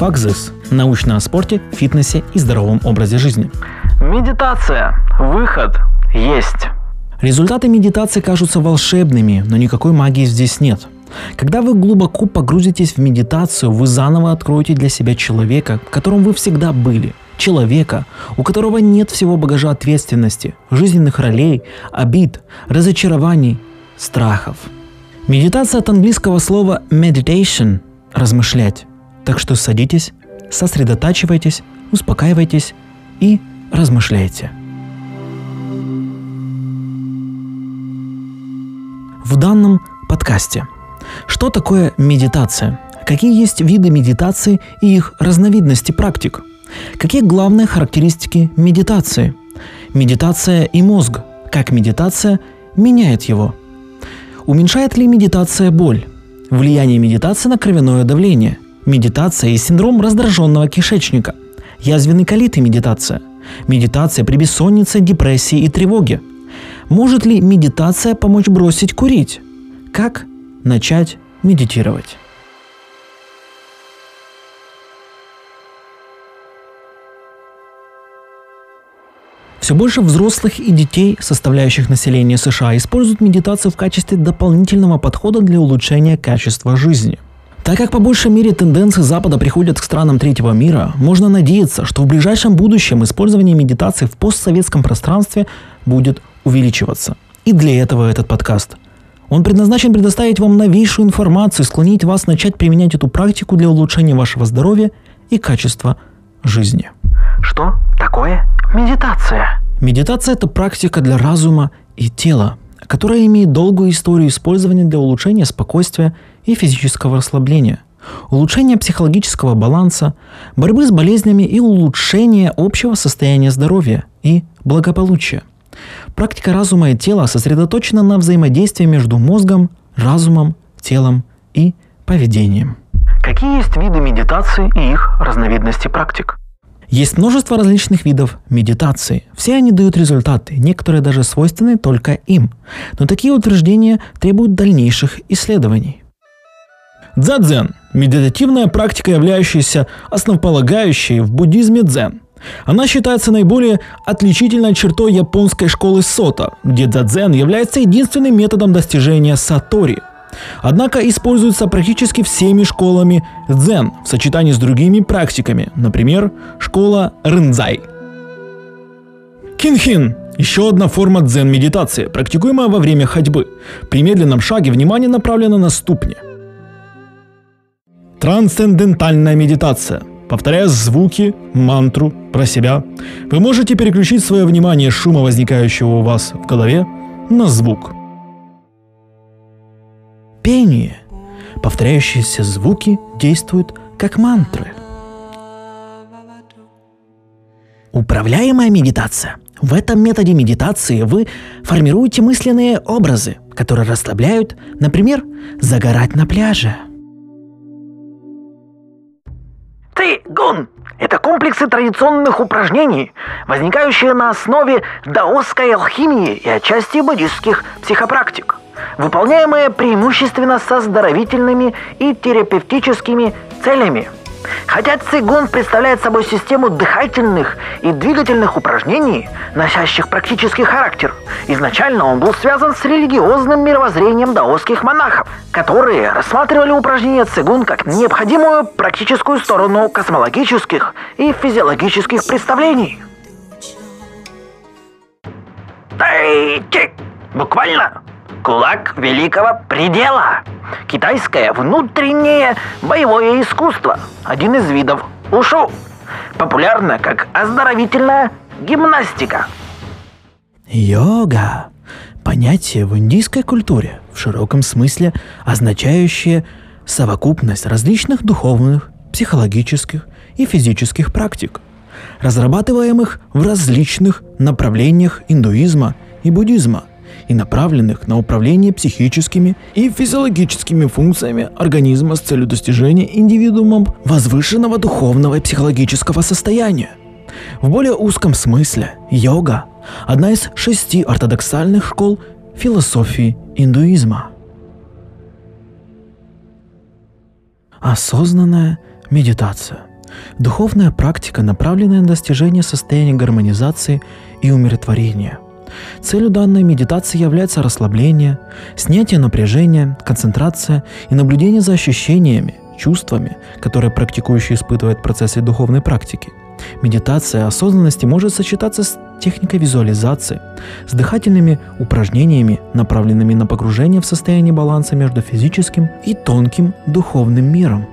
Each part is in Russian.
Fuck this. Научно о спорте, фитнесе и здоровом образе жизни. Медитация. Выход есть. Результаты медитации кажутся волшебными, но никакой магии здесь нет. Когда вы глубоко погрузитесь в медитацию, вы заново откроете для себя человека, которым вы всегда были. Человека, у которого нет всего багажа ответственности, жизненных ролей, обид, разочарований, страхов. Медитация от английского слова meditation – размышлять. Так что садитесь, сосредотачивайтесь, успокаивайтесь и размышляйте. В данном подкасте. Что такое медитация? Какие есть виды медитации и их разновидности практик? Какие главные характеристики медитации? Медитация и мозг. Как медитация меняет его? Уменьшает ли медитация боль? Влияние медитации на кровяное давление? Медитация и синдром раздраженного кишечника? Язвенный колит и медитация? Медитация при бессоннице, депрессии и тревоге? Может ли медитация помочь бросить курить? Как начать медитировать? Все больше взрослых и детей, составляющих население США, используют медитацию в качестве дополнительного подхода для улучшения качества жизни. Так как по большей мере тенденции Запада приходят к странам третьего мира, можно надеяться, что в ближайшем будущем использование медитации в постсоветском пространстве будет увеличиваться. И для этого этот подкаст. Он предназначен предоставить вам новейшую информацию, склонить вас начать применять эту практику для улучшения вашего здоровья и качества жизни. Что такое медитация? Медитация – это практика для разума и тела, которая имеет долгую историю использования для улучшения спокойствия и физического расслабления, улучшения психологического баланса, борьбы с болезнями и улучшения общего состояния здоровья и благополучия. Практика разума и тела сосредоточена на взаимодействии между мозгом, разумом, телом и поведением. Какие есть виды медитации и их разновидности практик? Есть множество различных видов медитации. Все они дают результаты, некоторые даже свойственны только им. Но такие утверждения требуют дальнейших исследований. Дзен – медитативная практика, являющаяся основополагающей в буддизме дзен. Она считается наиболее отличительной чертой японской школы сото, где дзен является единственным методом достижения сатори. Однако используется практически всеми школами дзен в сочетании с другими практиками, например, школа рэнзай. Кинхин – еще одна форма дзен-медитации, практикуемая во время ходьбы. При медленном шаге внимание направлено на ступни. Трансцендентальная медитация. Повторяя звуки, мантру про себя, вы можете переключить свое внимание с шума, возникающего у вас в голове, на звук. Пение. Повторяющиеся звуки действуют как мантры. Управляемая медитация. В этом методе медитации вы формируете мысленные образы, которые расслабляют, например, загорать на пляже. Цигун – это комплексы традиционных упражнений, возникающие на основе даосской алхимии и отчасти буддистских психопрактик, выполняемые преимущественно со оздоровительными и терапевтическими целями. Хотя цигун представляет собой систему дыхательных и двигательных упражнений, носящих практический характер, изначально он был связан с религиозным мировоззрением даосских монахов, которые рассматривали упражнения цигун как необходимую практическую сторону космологических и физиологических представлений. Тайчи! Буквально кулак великого предела. Китайское внутреннее боевое искусство. Один из видов ушу. Популярно как оздоровительная гимнастика. Йога – понятие в индийской культуре, в широком смысле означающее совокупность различных духовных, психологических и физических практик, разрабатываемых в различных направлениях индуизма и буддизма, и направленных на управление психическими и физиологическими функциями организма с целью достижения индивидуумом возвышенного духовного и психологического состояния. В более узком смысле йога – одна из 6 ортодоксальных школ философии индуизма. Осознанная медитация. Духовная практика, направленная на достижение состояния гармонизации и умиротворения. Целью данной медитации является расслабление, снятие напряжения, концентрация и наблюдение за ощущениями, чувствами, которые практикующий испытывает в процессе духовной практики. Медитация осознанности может сочетаться с техникой визуализации, с дыхательными упражнениями, направленными на погружение в состояние баланса между физическим и тонким духовным миром.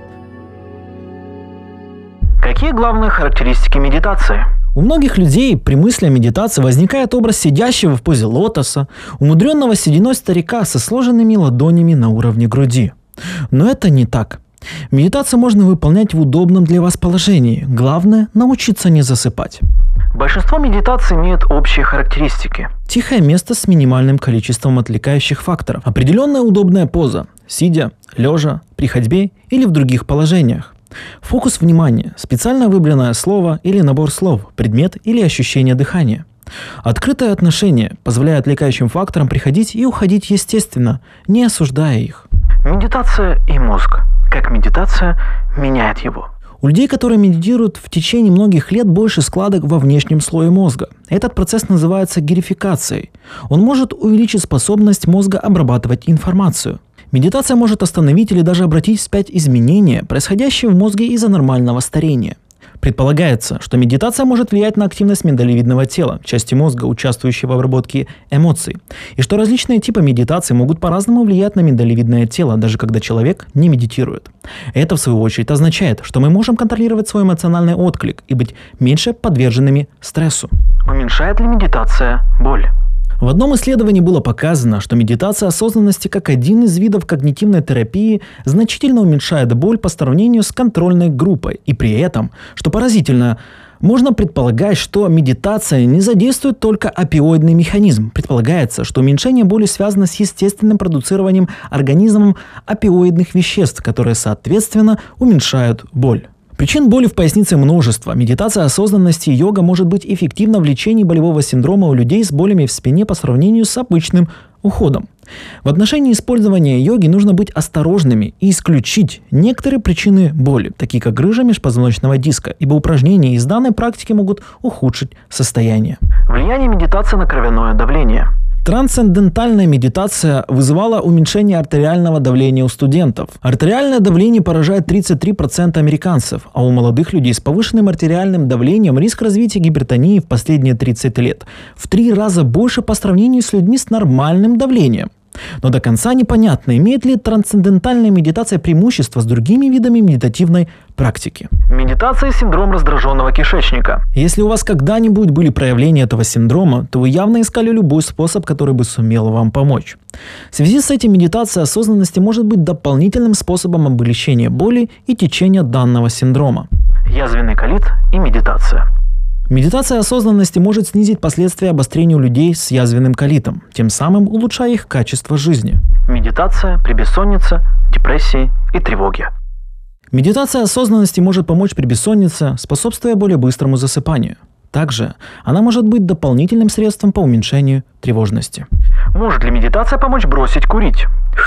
Какие главные характеристики медитации? У многих людей при мысли о медитации возникает образ сидящего в позе лотоса, умудренного сединой старика со сложенными ладонями на уровне груди. Но это не так. Медитацию можно выполнять в удобном для вас положении. Главное – научиться не засыпать. Большинство медитаций имеют общие характеристики. Тихое место с минимальным количеством отвлекающих факторов. Определенная удобная поза – сидя, лежа, при ходьбе или в других положениях. Фокус внимания – специально выбранное слово или набор слов, предмет или ощущение дыхания. Открытое отношение позволяет отвлекающим факторам приходить и уходить естественно, не осуждая их. Медитация и мозг. Как медитация меняет его? У людей, которые медитируют в течение многих лет, больше складок во внешнем слое мозга. Этот процесс называется гирификацией. Он может увеличить способность мозга обрабатывать информацию. Медитация может остановить или даже обратить вспять изменения, происходящие в мозге из-за нормального старения. Предполагается, что медитация может влиять на активность миндалевидного тела, части мозга, участвующей в обработке эмоций, и что различные типы медитации могут по-разному влиять на миндалевидное тело, даже когда человек не медитирует. Это, в свою очередь, означает, что мы можем контролировать свой эмоциональный отклик и быть меньше подверженными стрессу. Уменьшает ли медитация боль? В одном исследовании было показано, что медитация осознанности как один из видов когнитивной терапии значительно уменьшает боль по сравнению с контрольной группой. И при этом, что поразительно, можно предполагать, что медитация не задействует только опиоидный механизм. Предполагается, что уменьшение боли связано с естественным продуцированием организмом опиоидных веществ, которые, соответственно, уменьшают боль. Причин боли в пояснице множество. Медитация осознанности и йога может быть эффективна в лечении болевого синдрома у людей с болями в спине по сравнению с обычным уходом. В отношении использования йоги нужно быть осторожными и исключить некоторые причины боли, такие как грыжа межпозвоночного диска, ибо упражнения из данной практики могут ухудшить состояние. Влияние медитации на кровяное давление. Трансцендентальная медитация вызывала уменьшение артериального давления у студентов. Артериальное давление поражает 33% американцев, а у молодых людей с повышенным артериальным давлением риск развития гипертонии в последние 30 лет в 3 раза больше по сравнению с людьми с нормальным давлением. Но до конца непонятно, имеет ли трансцендентальная медитация преимущество с другими видами медитативной практики. Медитация и синдром раздраженного кишечника. Если у вас когда-нибудь были проявления этого синдрома, то вы явно искали любой способ, который бы сумел вам помочь. В связи с этим медитация осознанности может быть дополнительным способом облегчения боли и течения данного синдрома. Язвенный колит и медитация. Медитация осознанности может снизить последствия обострения у людей с язвенным колитом, тем самым улучшая их качество жизни. Медитация при бессоннице, депрессии и тревоге. Медитация осознанности может помочь при бессоннице, способствуя более быстрому засыпанию. Также она может быть дополнительным средством по уменьшению тревожности. Может ли медитация помочь бросить курить?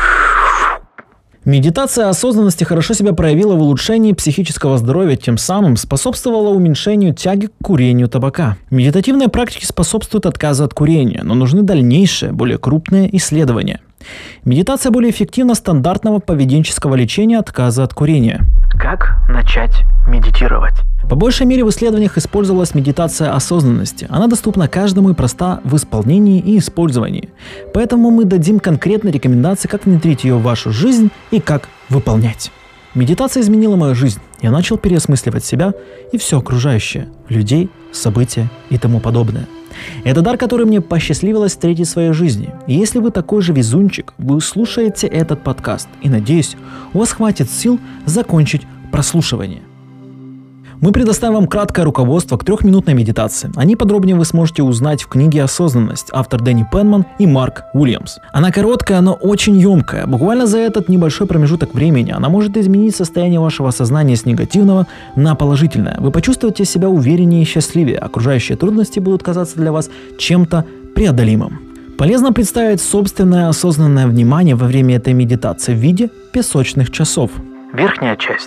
Медитация осознанности хорошо себя проявила в улучшении психического здоровья, тем самым способствовала уменьшению тяги к курению табака. Медитативные практики способствуют отказу от курения, но нужны дальнейшие, более крупные исследования. Медитация более эффективна стандартного поведенческого лечения отказа от курения. Как начать медитировать? По большей мере в исследованиях использовалась медитация осознанности. Она доступна каждому и проста в исполнении и использовании. Поэтому мы дадим конкретные рекомендации, как внедрить ее в вашу жизнь и как выполнять. Медитация изменила мою жизнь. Я начал переосмысливать себя и все окружающее, людей, события и тому подобное. Это дар, который мне посчастливилось встретить в своей жизни. И если вы такой же везунчик, вы слушаете этот подкаст, и, надеюсь, у вас хватит сил закончить прослушивание. Мы предоставим вам краткое руководство к 3-минутной медитации. О ней подробнее вы сможете узнать в книге «Осознанность», автор Дэнни Пенман и Марк Уильямс. Она короткая, но очень емкая. Буквально за этот небольшой промежуток времени она может изменить состояние вашего сознания с негативного на положительное. Вы почувствуете себя увереннее и счастливее. Окружающие трудности будут казаться для вас чем-то преодолимым. Полезно представить собственное осознанное внимание во время этой медитации в виде песочных часов. Верхняя часть.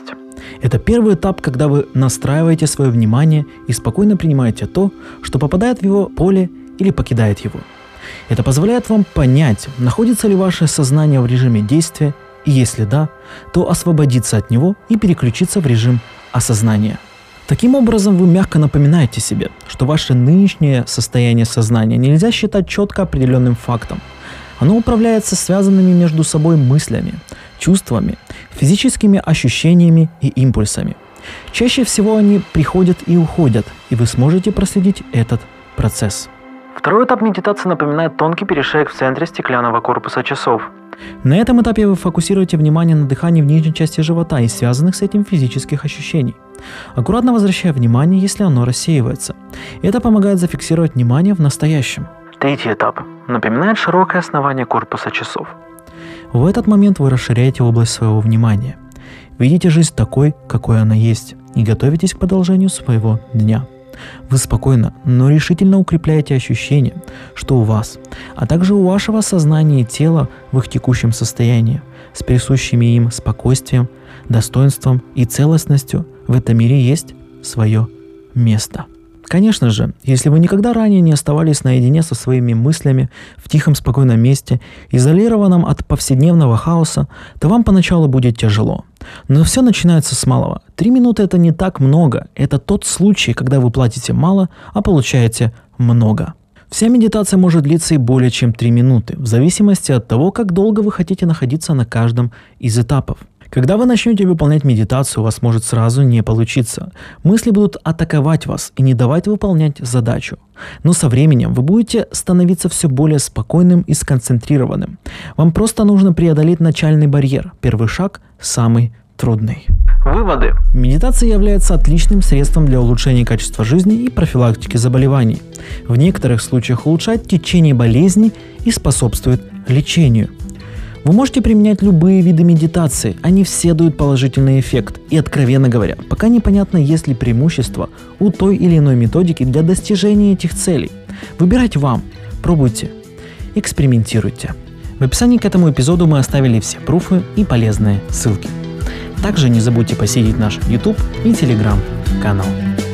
Это первый этап, когда вы настраиваете свое внимание и спокойно принимаете то, что попадает в его поле или покидает его. Это позволяет вам понять, находится ли ваше сознание в режиме действия, и если да, то освободиться от него и переключиться в режим осознания. Таким образом, вы мягко напоминаете себе, что ваше нынешнее состояние сознания нельзя считать четко определенным фактом. Оно управляется связанными между собой мыслями, чувствами, физическими ощущениями и импульсами. Чаще всего они приходят и уходят, и вы сможете проследить этот процесс. Второй этап медитации напоминает тонкий перешеек в центре стеклянного корпуса часов. На этом этапе вы фокусируете внимание на дыхании в нижней части живота и связанных с этим физических ощущений, аккуратно возвращая внимание, если оно рассеивается. Это помогает зафиксировать внимание в настоящем. Третий этап напоминает широкое основание корпуса часов. В этот момент вы расширяете область своего внимания. Видите жизнь такой, какой она есть, и готовитесь к продолжению своего дня. Вы спокойно, но решительно укрепляете ощущение, что у вас, а также у вашего сознания и тела в их текущем состоянии, с присущими им спокойствием, достоинством и целостностью в этом мире есть свое место. Конечно же, если вы никогда ранее не оставались наедине со своими мыслями в тихом спокойном месте, изолированном от повседневного хаоса, то вам поначалу будет тяжело. Но все начинается с малого. 3 минуты – это не так много. Это тот случай, когда вы платите мало, а получаете много. Вся медитация может длиться и более чем 3 минуты, в зависимости от того, как долго вы хотите находиться на каждом из этапов. Когда вы начнете выполнять медитацию, у вас может сразу не получиться. Мысли будут атаковать вас и не давать выполнять задачу. Но со временем вы будете становиться все более спокойным и сконцентрированным. Вам просто нужно преодолеть начальный барьер. Первый шаг самый трудный. Выводы. Медитация является отличным средством для улучшения качества жизни и профилактики заболеваний. В некоторых случаях улучшает течение болезни и способствует лечению. Вы можете применять любые виды медитации, они все дают положительный эффект. И, откровенно говоря, пока непонятно, есть ли преимущество у той или иной методики для достижения этих целей. Выбирайте вам, пробуйте, экспериментируйте. В описании к этому эпизоду мы оставили все пруфы и полезные ссылки. Также не забудьте посетить наш YouTube и Telegram канал.